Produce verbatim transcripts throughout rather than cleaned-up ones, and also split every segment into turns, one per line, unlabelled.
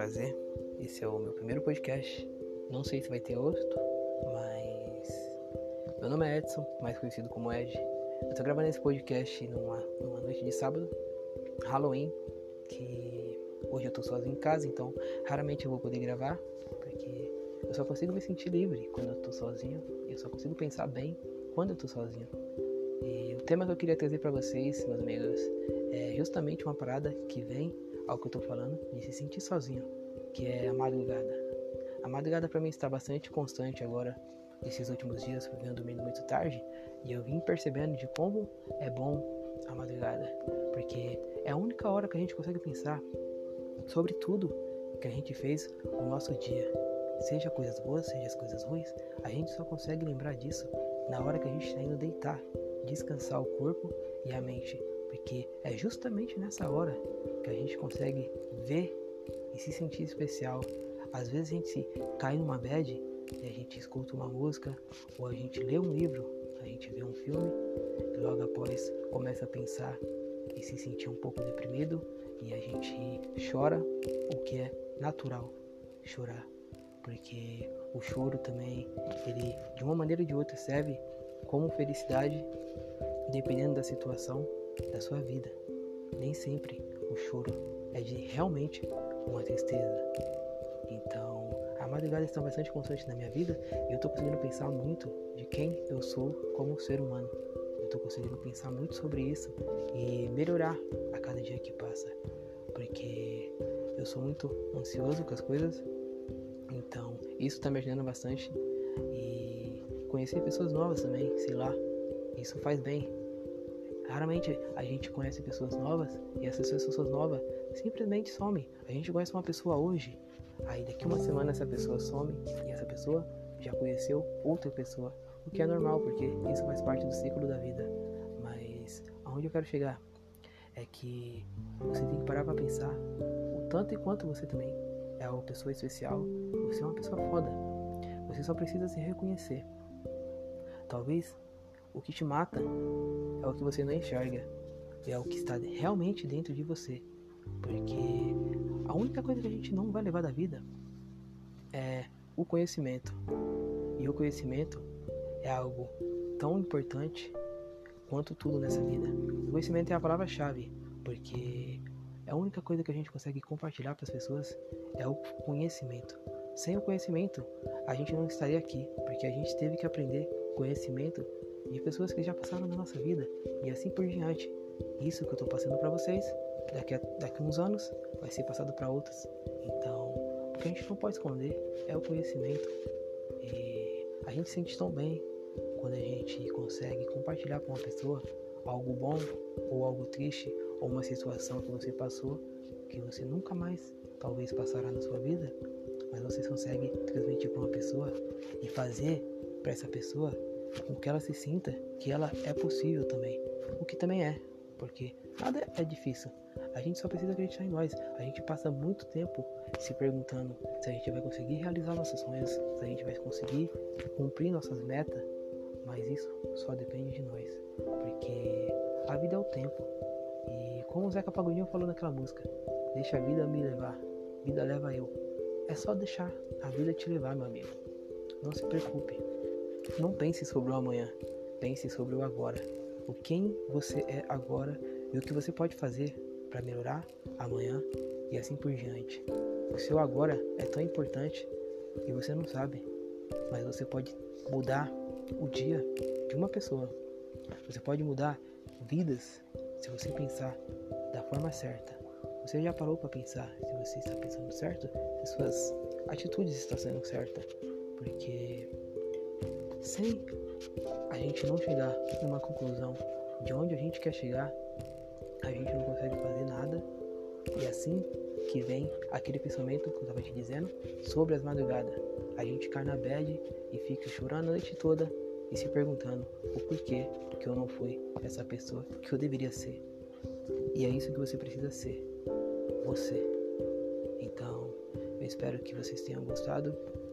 prazer. Esse é o meu primeiro podcast. Não sei se vai ter outro, mas meu nome é Edson, mais conhecido como Ed. Eu tô gravando esse podcast numa, numa noite de sábado, Halloween, que hoje eu tô sozinho em casa, então raramente eu vou poder gravar, porque eu só consigo me sentir livre quando eu tô sozinho, e eu só consigo pensar bem quando eu tô sozinho. E o tema que eu queria trazer pra vocês, meus amigos, é justamente uma parada que vem ao que eu tô falando, de se sentir sozinho, que é a madrugada. A madrugada pra mim está bastante constante agora, nesses últimos dias, eu venho dormindo muito tarde, e eu vim percebendo de como é bom a madrugada, porque é a única hora que a gente consegue pensar sobre tudo que a gente fez no nosso dia. Seja coisas boas, seja as coisas ruins, a gente só consegue lembrar disso na hora que a gente está indo deitar, descansar o corpo e a mente, porque é justamente nessa hora que a gente consegue ver e se sentir especial. Às vezes a gente se cai numa bad e a gente escuta uma música, ou a gente lê um livro, a gente vê um filme e logo após começa a pensar e se sentir um pouco deprimido, e a gente chora, o que é natural chorar, porque o choro também, ele de uma maneira ou de outra serve como felicidade, dependendo da situação da sua vida. Nem sempre o choro é de realmente uma tristeza. Então, a madrugada está bastante constante na minha vida, e eu estou conseguindo pensar muito de quem eu sou como ser humano. Eu estou conseguindo pensar muito sobre isso e melhorar a cada dia que passa, porque eu sou muito ansioso com as coisas, então isso está me ajudando bastante. E conhecer pessoas novas também, sei lá, isso faz bem. Raramente a gente conhece pessoas novas e essas pessoas novas simplesmente somem. A gente conhece uma pessoa hoje, aí daqui uma semana essa pessoa some e essa pessoa já conheceu outra pessoa, o que é normal, porque isso faz parte do ciclo da vida. Mas aonde eu quero chegar é que você tem que parar pra pensar o tanto e quanto você também é uma pessoa especial, você é uma pessoa foda. Você só precisa se reconhecer. Talvez o que te mata é o que você não enxerga, é o que está realmente dentro de você, porque a única coisa que a gente não vai levar da vida é o conhecimento, e o conhecimento é algo tão importante quanto tudo nessa vida. O conhecimento é a palavra-chave, porque é a única coisa que a gente consegue compartilhar para as pessoas é o conhecimento. Sem o conhecimento, a gente não estaria aqui, porque a gente teve que aprender conhecimento de pessoas que já passaram na nossa vida, e assim por diante. Isso que eu estou passando para vocês, daqui a, daqui a uns anos, vai ser passado para outros. Então, o que a gente não pode esconder é o conhecimento. E a gente se sente tão bem quando a gente consegue compartilhar com uma pessoa algo bom, ou algo triste, ou uma situação que você passou, que você nunca mais talvez passará na sua vida, mas você consegue transmitir para uma pessoa e fazer para essa pessoa com que ela se sinta que ela é possível também, o que também é, porque nada é difícil, a gente só precisa acreditar em nós. A gente passa muito tempo se perguntando se a gente vai conseguir realizar nossos sonhos, se a gente vai conseguir cumprir nossas metas, mas isso só depende de nós, porque a vida é o tempo, e como o Zeca Pagodinho falou naquela música, deixa a vida me levar, vida leva eu. É só deixar a vida te levar, meu amigo. Não se preocupe. Não pense sobre o amanhã, pense sobre o agora. O quem você é agora e o que você pode fazer para melhorar amanhã e assim por diante. O seu agora é tão importante e você não sabe, mas você pode mudar o dia de uma pessoa. Você pode mudar vidas se você pensar da forma certa. Você já parou para pensar se você está pensando certo, se suas atitudes estão sendo certas? Porque sem a gente não chegar numa conclusão de onde a gente quer chegar, a gente não consegue fazer nada. E assim que vem aquele pensamento que eu estava te dizendo sobre as madrugadas, a gente cai na bad e fica chorando a noite toda e se perguntando o porquê que eu não fui essa pessoa que eu deveria ser. E é isso que você precisa ser, você. Então eu espero que vocês tenham gostado,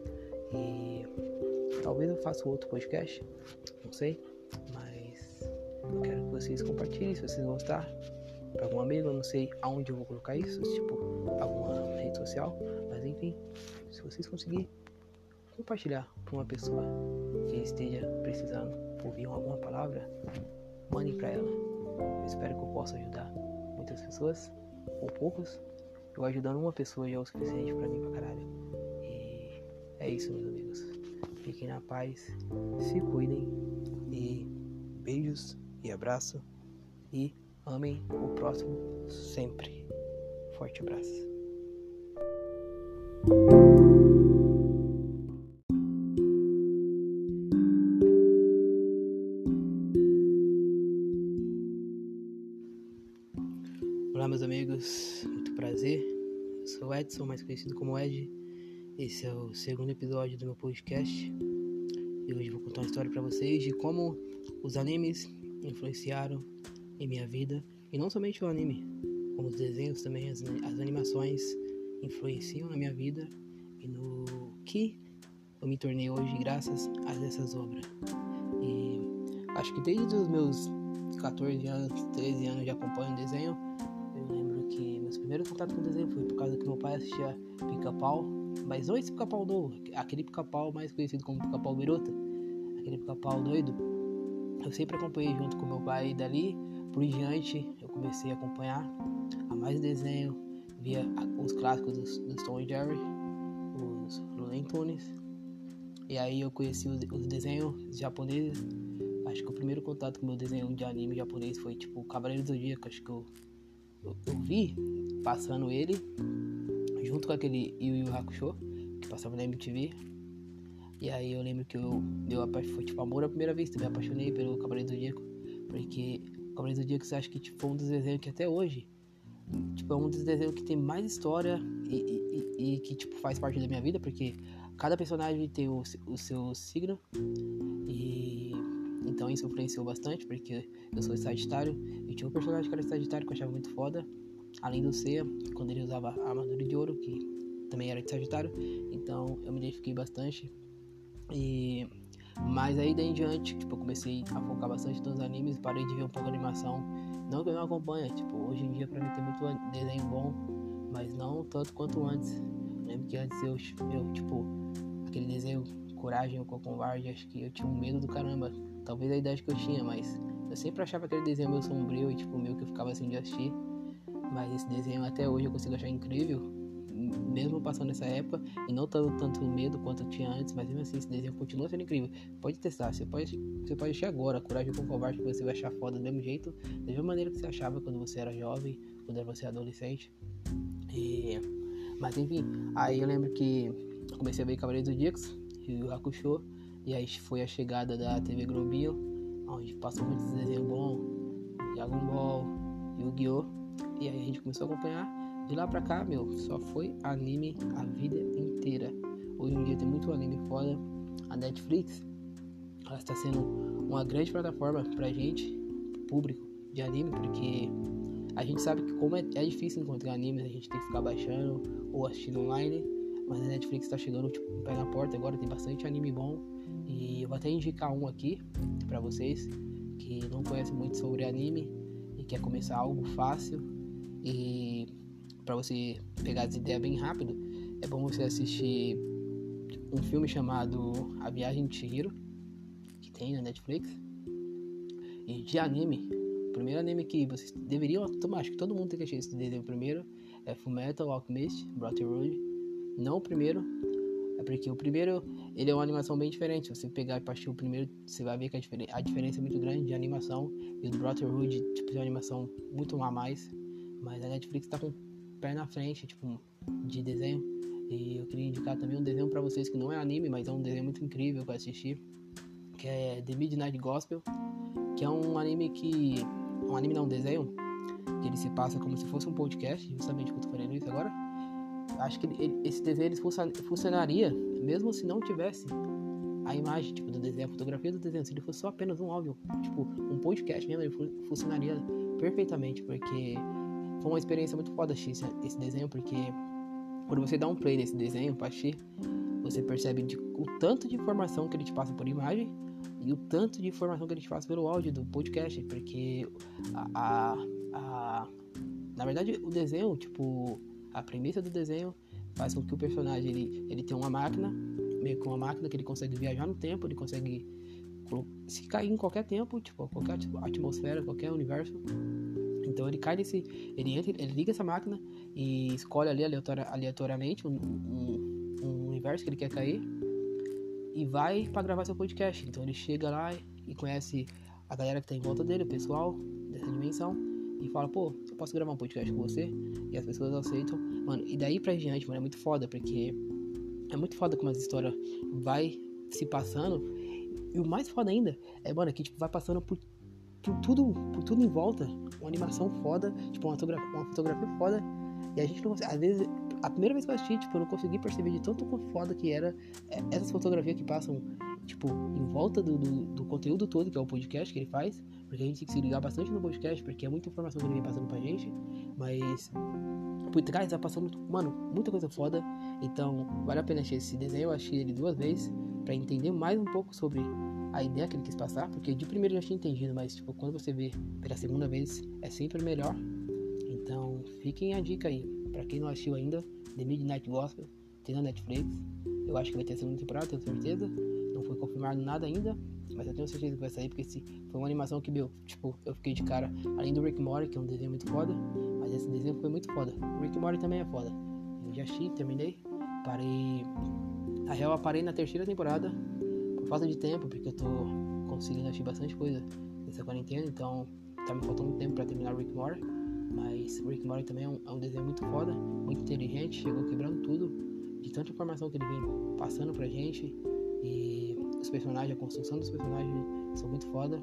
e talvez eu faça outro podcast, não sei, mas eu quero que vocês compartilhem se vocês gostar para algum amigo. Eu não sei aonde eu vou colocar isso, tipo alguma rede rede social, mas enfim, se vocês conseguirem compartilhar com uma pessoa que esteja precisando ouvir alguma palavra, mandem para ela. Eu espero que eu possa ajudar muitas pessoas, ou poucas. Eu ajudando uma pessoa já é o suficiente pra mim pra caralho. E é isso, meus amigos. Fiquem na paz, se cuidem e beijos e abraço e amem o próximo sempre. Forte abraço. Olá, meus amigos, muito prazer. Eu sou o Edson, mais conhecido como Ed. Esse é o segundo episódio do meu podcast. E hoje vou contar uma história pra vocês de como os animes influenciaram em minha vida. E não somente o anime, como os desenhos também, as, as animações influenciam na minha vida e no que eu me tornei hoje graças a essas obras. E acho que desde os meus catorze anos, treze anos já acompanho desenho. Eu lembro que meus primeiros contatos com desenho foi por causa que meu pai assistia Pica-Pau, mas não esse Pica-Pau novo, aquele Pica-Pau mais conhecido como Pica-Pau Biruta, aquele Pica-Pau doido. Eu sempre acompanhei junto com meu pai, e dali por diante eu comecei a acompanhar a mais desenho, via os clássicos dos, dos Tom e Jerry, os Looney Tunes, e aí eu conheci os, os desenhos japoneses. Acho que o primeiro contato com o meu desenho de anime japonês foi tipo Cavaleiro do Zodíaco. Acho que eu, eu, eu vi passando ele junto com aquele Yu Yu Hakusho que passava na M T V. E aí eu lembro que eu meu foi tipo amor à primeira vista. Eu me apaixonei pelo Cavaleiro do Zodíaco, porque o Cavaleiro do Zodíaco eu acho que tipo, foi um dos desenhos que até hoje tipo, é um dos desenhos que tem mais história e, e, e, e que tipo, faz parte da minha vida, porque cada personagem tem o, o seu signo. E então isso influenciou bastante, porque eu sou Sagitário e tinha um personagem que era Sagitário que eu achava muito foda, além do Seiya, quando ele usava a armadura de ouro, que também era de Sagitário. Então eu me identifiquei bastante. E mas aí daí em diante, tipo, eu comecei a focar bastante nos animes, parei de ver um pouco de animação. Não que eu não acompanhe, tipo, hoje em dia pra mim tem muito desenho bom, mas não tanto quanto antes. Eu lembro que antes eu, eu tipo, aquele desenho Coragem, o Covarde, acho que eu tinha um medo do caramba. Talvez a idade que eu tinha, mas eu sempre achava aquele desenho meio sombrio e tipo, meio que eu ficava assim de assistir. Mas esse desenho até hoje eu consigo achar incrível, mesmo passando nessa época, e não tanto, tanto medo quanto eu tinha antes, mas mesmo assim esse desenho continua sendo incrível. Pode testar, você pode, você pode assistir agora, Coragem com Covarde, que você vai achar foda do mesmo jeito, da mesma maneira que você achava quando você era jovem, quando você era adolescente. E... Mas enfim, aí eu lembro que eu comecei a ver Cavaleiro do Zodíaco e o Hakusho, e aí foi a chegada da T V Globinho, onde passou muitos desenhos bons, Dragon Ball, Yu-Gi-Oh! E aí a gente começou a acompanhar. De lá pra cá, meu, só foi anime a vida inteira. Hoje em dia tem muito anime foda. A Netflix, ela está sendo uma grande plataforma pra gente, público de anime, porque a gente sabe que como é, é difícil encontrar animes, a gente tem que ficar baixando ou assistindo online. Mas a Netflix tá chegando tipo um pé na porta agora, tem bastante anime bom. E eu vou até indicar um aqui pra vocês que não conhecem muito sobre anime e quer começar algo fácil e pra você pegar as ideias bem rápido. É bom você assistir um filme chamado A Viagem de Chihiro, que tem na Netflix. E de anime, o primeiro anime que vocês deveriam tomar, acho que todo mundo tem que assistir esse desenho primeiro, é Fullmetal Alchemist Brotherhood. Não o primeiro, é porque o primeiro ele é uma animação bem diferente. Se você pegar e assistir o primeiro, você vai ver que a, difer- a diferença é muito grande de animação. E o do Brotherhood, tipo, é uma animação muito a mais. Mas a Netflix tá com o pé na frente, tipo, de desenho. E eu queria indicar também um desenho pra vocês que não é anime, mas é um desenho muito incrível pra assistir, que é The Midnight Gospel, que é um anime que... Um anime não, um desenho, que ele se passa como se fosse um podcast, justamente que eu tô falando isso agora. Acho que ele, esse desenho ele funcionaria mesmo se não tivesse a imagem tipo, do desenho, a fotografia do desenho. Se ele fosse só apenas um áudio, tipo um podcast mesmo, ele funcionaria perfeitamente, porque foi uma experiência muito foda assistir esse, esse desenho, porque quando você dá um play nesse desenho pra assistir, você percebe de, o tanto de informação que ele te passa por imagem e o tanto de informação que ele te passa pelo áudio do podcast, porque a, a, a na verdade o desenho, tipo, a premissa do desenho faz com que o personagem ele, ele tenha uma máquina, meio que uma máquina que ele consegue viajar no tempo, ele consegue se cair em qualquer tempo, tipo, qualquer atmosfera, qualquer universo. Então ele cai nesse, ele entra, ele liga essa máquina e escolhe ali aleatori- aleatoriamente um, um, um universo que ele quer cair e vai pra gravar seu podcast. Então ele chega lá e conhece a galera que tá em volta dele, o pessoal dessa dimensão, e fala, pô, eu posso gravar um podcast com você? E as pessoas aceitam, mano, e daí pra diante, mano, é muito foda, porque é muito foda como essa história vai se passando. E o mais foda ainda é, mano, que tipo, vai passando por, por, tudo, por tudo em volta. Uma animação foda, tipo, uma fotografia, uma fotografia foda. E a gente não consegue, às vezes, a primeira vez que eu assisti, tipo, eu não consegui perceber de tanto foda que era essas fotografias que passam, tipo, em volta do, do, do conteúdo todo, que é o podcast que ele faz. Porque a gente tem que se ligar bastante no podcast, porque é muita informação que ele vem passando pra gente. Mas por trás tá passando, mano, muita coisa foda. Então, vale a pena assistir esse desenho. Eu achei ele duas vezes pra entender mais um pouco sobre a ideia que ele quis passar, porque de primeiro eu já tinha entendido, mas tipo, quando você vê pela segunda vez, é sempre melhor. Então, fiquem a dica aí, pra quem não assistiu ainda, The Midnight Gospel, tem na Netflix. Eu acho que vai ter a segunda temporada, tenho certeza. Não foi confirmado nada ainda, mas eu tenho certeza que vai sair, porque esse foi uma animação que, meu, tipo, eu fiquei de cara, além do Rick and Morty, que é um desenho muito foda, mas esse desenho foi muito foda. O Rick and Morty também é foda. Eu já assisti, terminei, parei... Na real, eu parei na terceira temporada, por falta de tempo, porque eu tô conseguindo assistir bastante coisa nessa quarentena, então tá me faltando tempo pra terminar o Rick and Morty. Mas o Rick and Morty também é um, é um desenho muito foda, muito inteligente, chegou quebrando tudo, de tanta informação que ele vem passando pra gente. E os personagens, a construção dos personagens são muito foda.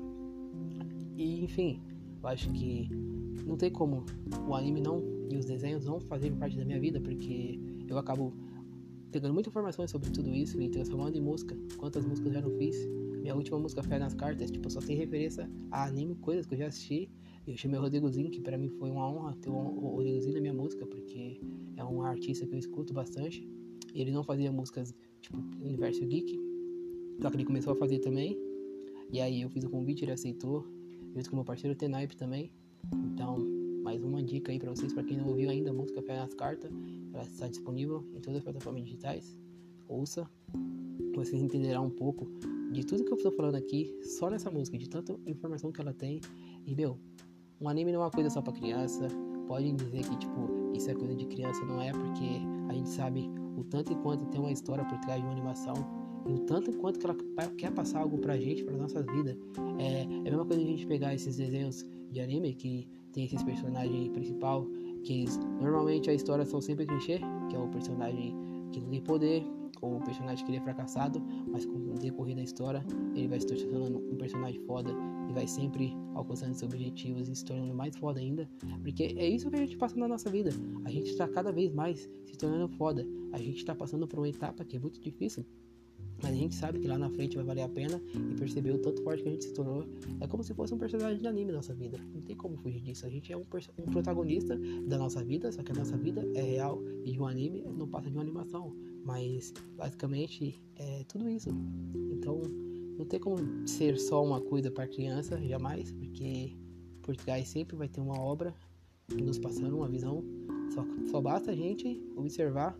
E enfim, eu acho que não tem como o anime não e os desenhos não fazerem parte da minha vida, porque eu acabo pegando muita informação sobre tudo isso e transformando em música. Quantas músicas eu já não fiz? Minha última música, Fé nas Cartas, tipo, só tem referência a anime, coisas que eu já assisti. Eu chamei o Rodrigozinho, que pra mim foi uma honra ter o Rodrigozinho na minha música, porque é um artista que eu escuto bastante. E ele não fazia músicas, tipo, universo geek, só que ele começou a fazer também. E aí eu fiz o convite, ele aceitou, junto com meu parceiro Tenaipe também. Então, mais uma dica aí pra vocês, pra quem não ouviu ainda a música Fé nas Cartas, ela está disponível em todas as plataformas digitais. Ouça, vocês entenderão um pouco de tudo que eu estou falando aqui, só nessa música, de tanta informação que ela tem. E, meu, um anime não é uma coisa só pra criança. Podem dizer que, tipo, isso é coisa de criança, não é, porque a gente sabe o tanto e quanto tem uma história por trás de uma animação, e o tanto e quanto que ela quer passar algo pra gente, pra nossas vidas. É, é a mesma coisa a gente pegar esses desenhos de anime que tem esses personagens principal, que eles, normalmente a história são sempre clichê, que é o personagem que não tem poder, ou o personagem que ele é fracassado, mas com o decorrer da história ele vai se tornando um personagem foda e vai sempre alcançando seus objetivos e se tornando mais foda ainda, porque é isso que a gente passa na nossa vida. A gente está cada vez mais se tornando foda, a gente está passando por uma etapa que é muito difícil, mas a gente sabe que lá na frente vai valer a pena, e perceber o tanto forte que a gente se tornou. É como se fosse um personagem de anime na nossa vida, não tem como fugir disso. A gente é um, um protagonista da nossa vida, só que a nossa vida é real, e de um anime não passa de uma animação, mas basicamente é tudo isso. Então não tem como ser só uma coisa para criança, jamais, porque por trás sempre vai ter uma obra nos passando uma visão. Só, só basta a gente observar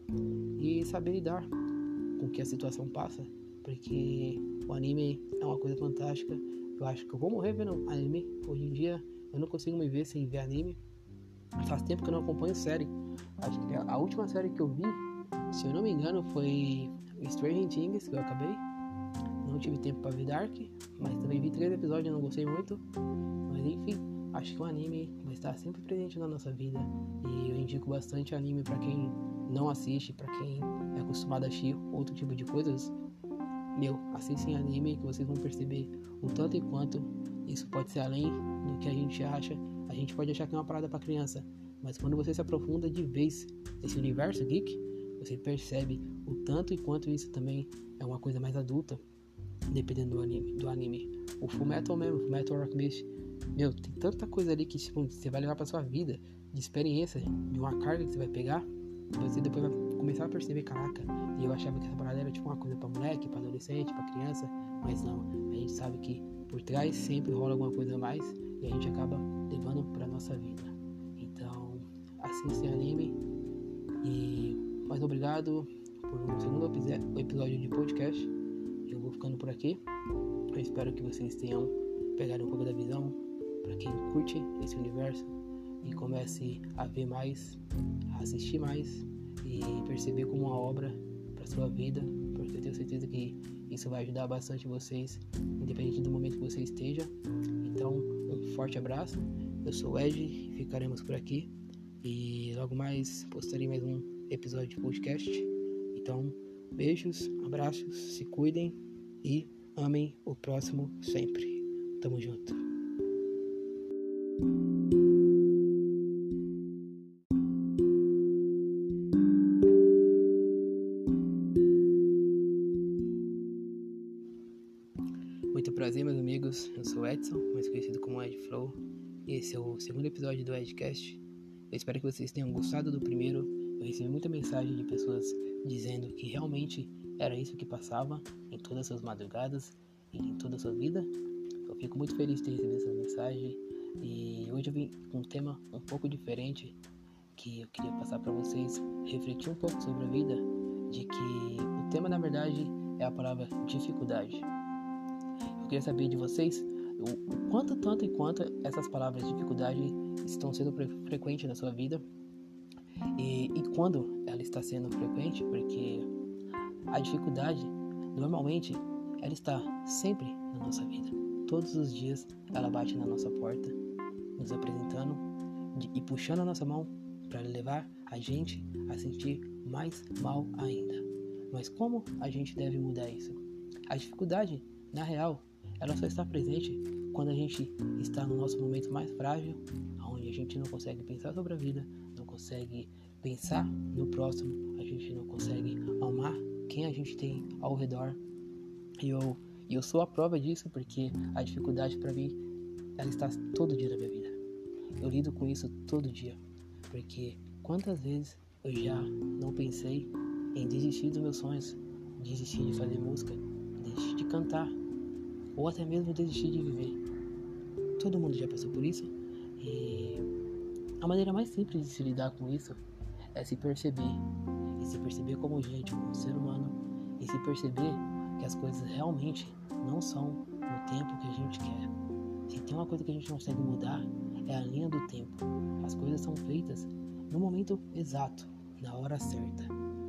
e saber lidar com que a situação passa, porque o anime é uma coisa fantástica. Eu acho que eu vou morrer vendo anime. Hoje em dia eu não consigo me ver sem ver anime. Faz tempo que eu não acompanho série. Acho que a última série que eu vi, se eu não me engano, foi Stranger Things, que eu acabei. Não tive tempo para ver Dark, mas também vi três episódios e não gostei muito. Mas enfim, acho que o anime vai estar sempre presente na nossa vida, e eu indico bastante anime para quem não assiste, para quem é acostumado a assistir outro tipo de coisas. Meu, assistem anime que vocês vão perceber o tanto e quanto isso pode ser além do que a gente acha. A gente pode achar que é uma parada para criança, mas quando você se aprofunda de vez nesse universo geek, você percebe o tanto e quanto isso também é uma coisa mais adulta, dependendo do anime. Do anime. O Fullmetal mesmo, Fullmetal Alchemist, meu, tem tanta coisa ali que, tipo, você vai levar pra sua vida, de experiência, de uma carga que você vai pegar, e você depois vai começar a perceber, caraca, e eu achava que essa parada era tipo uma coisa pra moleque, pra adolescente, pra criança, mas não, a gente sabe que por trás sempre rola alguma coisa a mais, e a gente acaba levando pra nossa vida. Então, assistam anime, e mais obrigado por um segundo episódio de podcast. Eu vou ficando por aqui. Eu espero que vocês tenham pegado um pouco da visão para quem curte esse universo e comece a ver mais, a assistir mais e perceber como uma obra para sua vida, porque eu tenho certeza que isso vai ajudar bastante vocês, independente do momento que você esteja. Então, um forte abraço. Eu sou o Ed, ficaremos por aqui e logo mais postarei mais um episódio de podcast. Então, beijos, abraços, se cuidem e amem o próximo sempre. Tamo junto. Muito prazer, meus amigos. Eu sou o Edson, mais conhecido como Ed Flow. E esse é o segundo episódio do Edcast. Eu espero que vocês tenham gostado do primeiro. Eu recebi muita mensagem de pessoas dizendo que realmente era isso que passava em todas as suas madrugadas e em toda a sua vida. Eu fico muito feliz de ter recebido essa mensagem. E hoje eu vim com um tema um pouco diferente que eu queria passar para vocês, refletir um pouco sobre a vida, de que o tema, na verdade, é a palavra dificuldade. Eu queria saber de vocês o quanto, tanto e quanto essas palavras dificuldade estão sendo frequentes na sua vida e, e quando ela está sendo frequente, porque a dificuldade, normalmente, ela está sempre na nossa vida. Todos os dias ela bate na nossa porta, nos apresentando de, e puxando a nossa mão para levar a gente a sentir mais mal ainda. Mas como a gente deve mudar isso? A dificuldade, na real, ela só está presente quando a gente está no nosso momento mais frágil, onde a gente não consegue pensar sobre a vida, não consegue pensar no próximo, a gente não consegue amar quem a gente tem ao redor. E eu, eu sou a prova disso, porque a dificuldade para mim, ela está todo dia na minha vida. Eu lido com isso todo dia, porque quantas vezes eu já não pensei em desistir dos meus sonhos, desistir de fazer música, desistir de cantar, ou até mesmo desistir de viver. Todo mundo já passou por isso, e a maneira mais simples de se lidar com isso é se perceber, e se perceber como gente, como ser humano, e se perceber que as coisas realmente não são no tempo que a gente quer. Se tem uma coisa que a gente não consegue mudar, é a linha do tempo. As coisas são feitas no momento exato, na hora certa,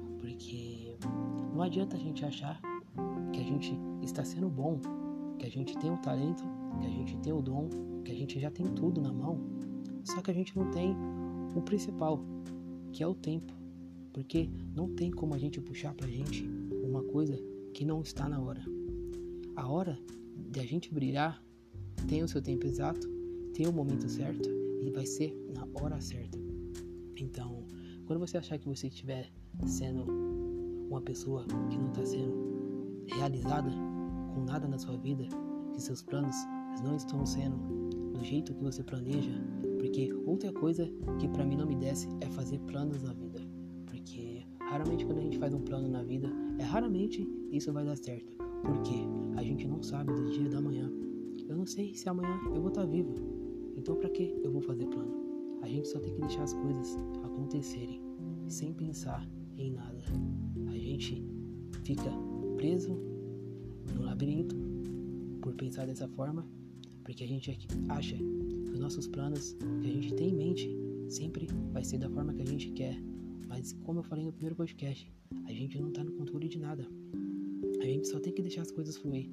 porque não adianta a gente achar que a gente está sendo bom, que a gente tem o talento, que a gente tem o dom, que a gente já tem tudo na mão, só que a gente não tem o principal, que é o tempo, porque não tem como a gente puxar pra gente uma coisa que não está na hora. A hora de a gente brilhar tem o seu tempo exato, tem o momento certo e vai ser na hora certa. Então, quando você achar que você estiver sendo uma pessoa que não está sendo realizada com nada na sua vida, que seus planos não estão sendo do jeito que você planeja, porque outra coisa que pra mim não me desce é fazer planos na vida, porque raramente quando a gente faz um plano na vida, é raramente isso vai dar certo, porque a gente não sabe do dia da manhã. Eu não sei se amanhã eu vou estar vivo, então pra que eu vou fazer plano? A gente só tem que deixar as coisas acontecerem, sem pensar em nada. A gente fica preso no labirinto por pensar dessa forma, porque a gente acha que os nossos planos que a gente tem em mente sempre vai ser da forma que a gente quer. Mas como eu falei no primeiro podcast, a gente não está no controle de nada. A gente só tem que deixar as coisas fluir,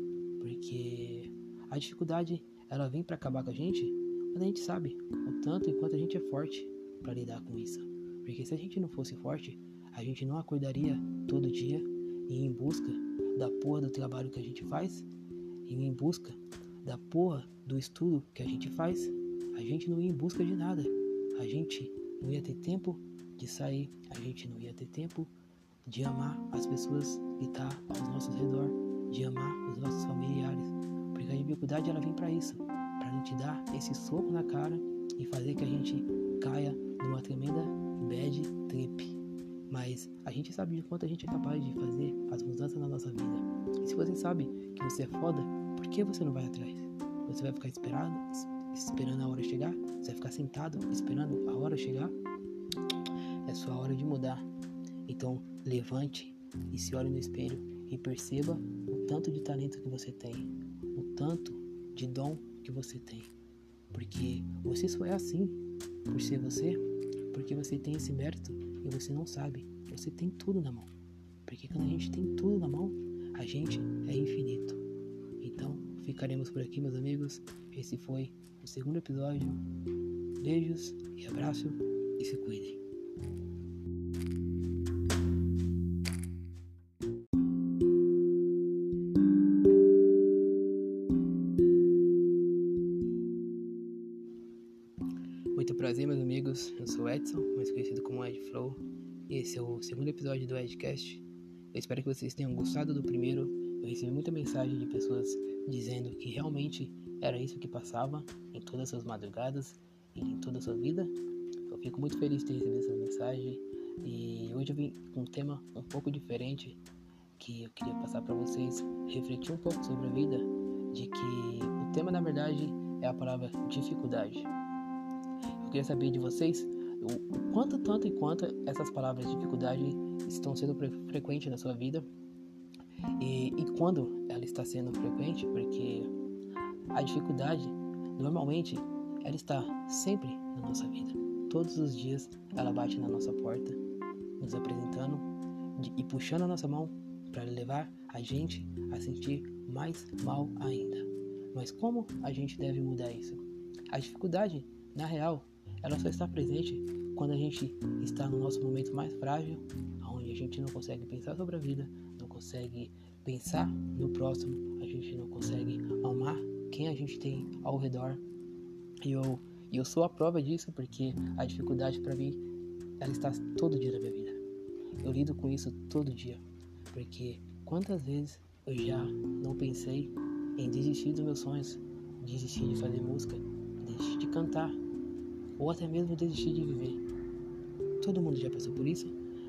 porque a dificuldade ela vem para acabar com a gente quando a gente sabe o tanto e quanto a gente é forte para lidar com isso. Porque se a gente não fosse forte, a gente não acordaria todo dia e ir em busca da porra do trabalho que a gente faz, e em busca da porra do estudo que a gente faz, a gente não ia em busca de nada. A gente não ia ter tempo de sair, a gente não ia ter tempo de amar as pessoas que estão ao nosso redor, de amar os nossos familiares, porque a dificuldade ela vem para isso, para não te dar esse soco na cara e fazer que a gente caia numa tremenda bad trip. Mas a gente sabe de quanto a gente é capaz de fazer as mudanças na nossa vida. E se você sabe que você é foda, por que você não vai atrás? Você vai ficar esperado, esperando a hora chegar? Você vai ficar sentado esperando a hora chegar? É sua hora de mudar. Então, levante e se olhe no espelho e perceba o tanto de talento que você tem, o tanto de dom que você tem. Porque você só é assim por ser você, porque você tem esse mérito e você não sabe. Você tem tudo na mão. Porque quando a gente tem tudo na mão, a gente é infinito. Então, ficaremos por aqui, meus amigos. Esse foi o segundo episódio. Beijos e abraço e se cuidem. Muito prazer, meus amigos. Eu sou Edson, mais conhecido como Ed Flow. E esse é o segundo episódio do Edcast. Eu espero que vocês tenham gostado do primeiro. Eu recebi muita mensagem de pessoas dizendo que realmente era isso que passava em todas as suas madrugadas e em toda a sua vida. Eu fico muito feliz de ter recebido essas mensagens. E hoje eu vim com um tema um pouco diferente que eu queria passar para vocês, refletir um pouco sobre a vida, de que o tema, na verdade, é a palavra dificuldade. Eu queria saber de vocês o quanto, tanto e quanto essas palavras dificuldade estão sendo frequentes na sua vida e, e quando ela está sendo frequente, porque a dificuldade, normalmente, ela está sempre na nossa vida. Todos os dias ela bate na nossa porta, nos apresentando de, e puxando a nossa mão para levar a gente a sentir mais mal ainda. Mas como a gente deve mudar isso? A dificuldade, na real, ela só está presente quando a gente está no nosso momento mais frágil, onde a gente não consegue pensar sobre a vida, não consegue pensar no próximo, a gente não consegue amar quem a gente tem ao redor. E eu, eu sou a prova disso, porque a dificuldade para mim, ela está todo dia na minha vida. Eu lido com isso todo dia, porque quantas vezes eu já não pensei em desistir dos meus sonhos, desistir de fazer música, desistir de cantar, ou até mesmo desistir de viver. Todo mundo já passou por isso,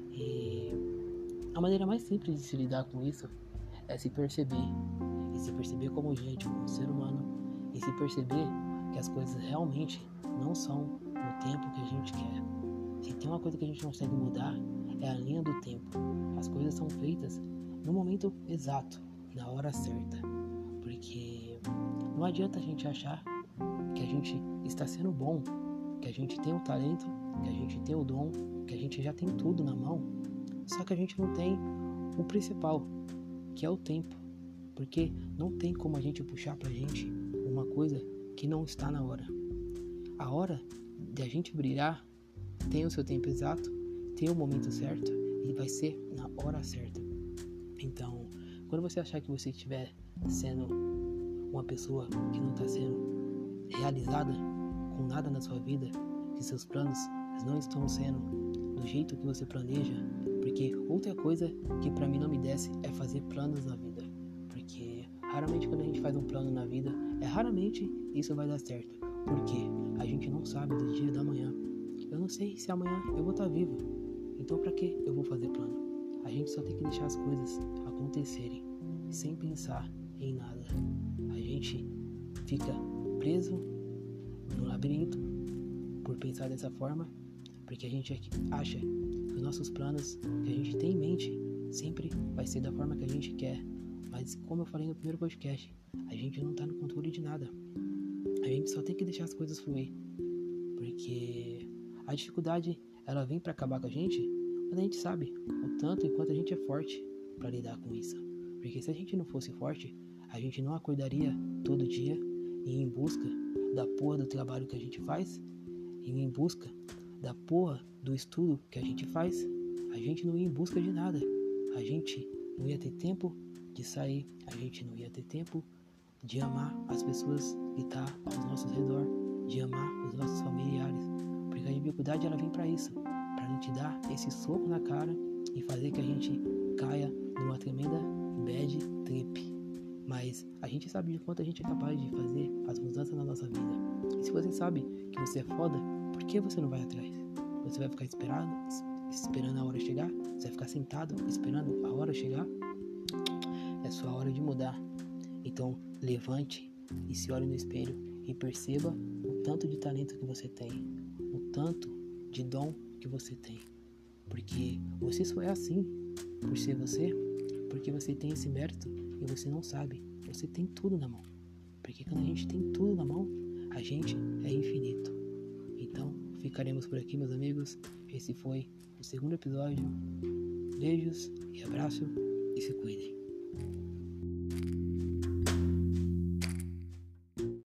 e a maneira mais simples de se lidar com isso é se perceber, e se perceber como gente, como ser humano, e se perceber que as coisas realmente não são no tempo que a gente quer. Se tem uma coisa que a gente não consegue mudar, é a linha do tempo. As coisas são feitas no momento exato, na hora certa, porque não adianta a gente achar que a gente está sendo bom, que a gente tem o talento, que a gente tem o dom, que a gente já tem tudo na mão, só que a gente não tem o principal, que é o tempo, porque não tem como a gente puxar pra gente uma coisa que não está na hora. A hora de a gente brilhar tem o seu tempo exato, tem o momento certo e vai ser na hora certa. Então, quando você achar que você estiver sendo uma pessoa que não está sendo realizada com nada na sua vida, que seus planos não estão sendo do jeito que você planeja, porque outra coisa que pra mim não me desce é fazer planos na vida, porque raramente quando a gente faz um plano na vida, é raramente isso vai dar certo, porque a gente não sabe do dia da manhã. Eu não sei se amanhã eu vou estar vivo, então pra que eu vou fazer plano? A gente só tem que deixar as coisas acontecerem, sem pensar em nada. A gente fica preso no labirinto por pensar dessa forma, porque a gente acha que os nossos planos que a gente tem em mente sempre vai ser da forma que a gente quer. Mas como eu falei no primeiro podcast, a gente não está no controle de nada. A gente só tem que deixar as coisas fluir, porque a dificuldade ela vem para acabar com a gente, mas a gente sabe o tanto e quanto a gente é forte para lidar com isso. Porque se a gente não fosse forte, a gente não acordaria todo dia e ir em busca da porra do trabalho que a gente faz, e em busca da porra do estudo que a gente faz, a gente não ia em busca de nada. A gente não ia ter tempo de sair, a gente não ia ter tempo de amar as pessoas que estão tá ao nosso redor, de amar os nossos familiares. Porque a dificuldade ela vem para isso, para não te dar esse soco na cara e fazer que a gente caia numa tremenda bad trip. Mas a gente sabe de quanto a gente é capaz de fazer as mudanças na nossa vida. E se você sabe que você é foda, por que você não vai atrás? Você vai ficar esperando, esperando a hora chegar? Você vai ficar sentado esperando a hora chegar? É sua hora de mudar. Então levante e se olhe no espelho e perceba o tanto de talento que você tem, o tanto de dom que você tem. Porque você só é assim por ser você, porque você tem esse mérito e você não sabe. Você tem tudo na mão. Porque quando a gente tem tudo na mão, a gente é infinito. Então, ficaremos por aqui, meus amigos. Esse foi o segundo episódio. Beijos e abraço e se cuidem.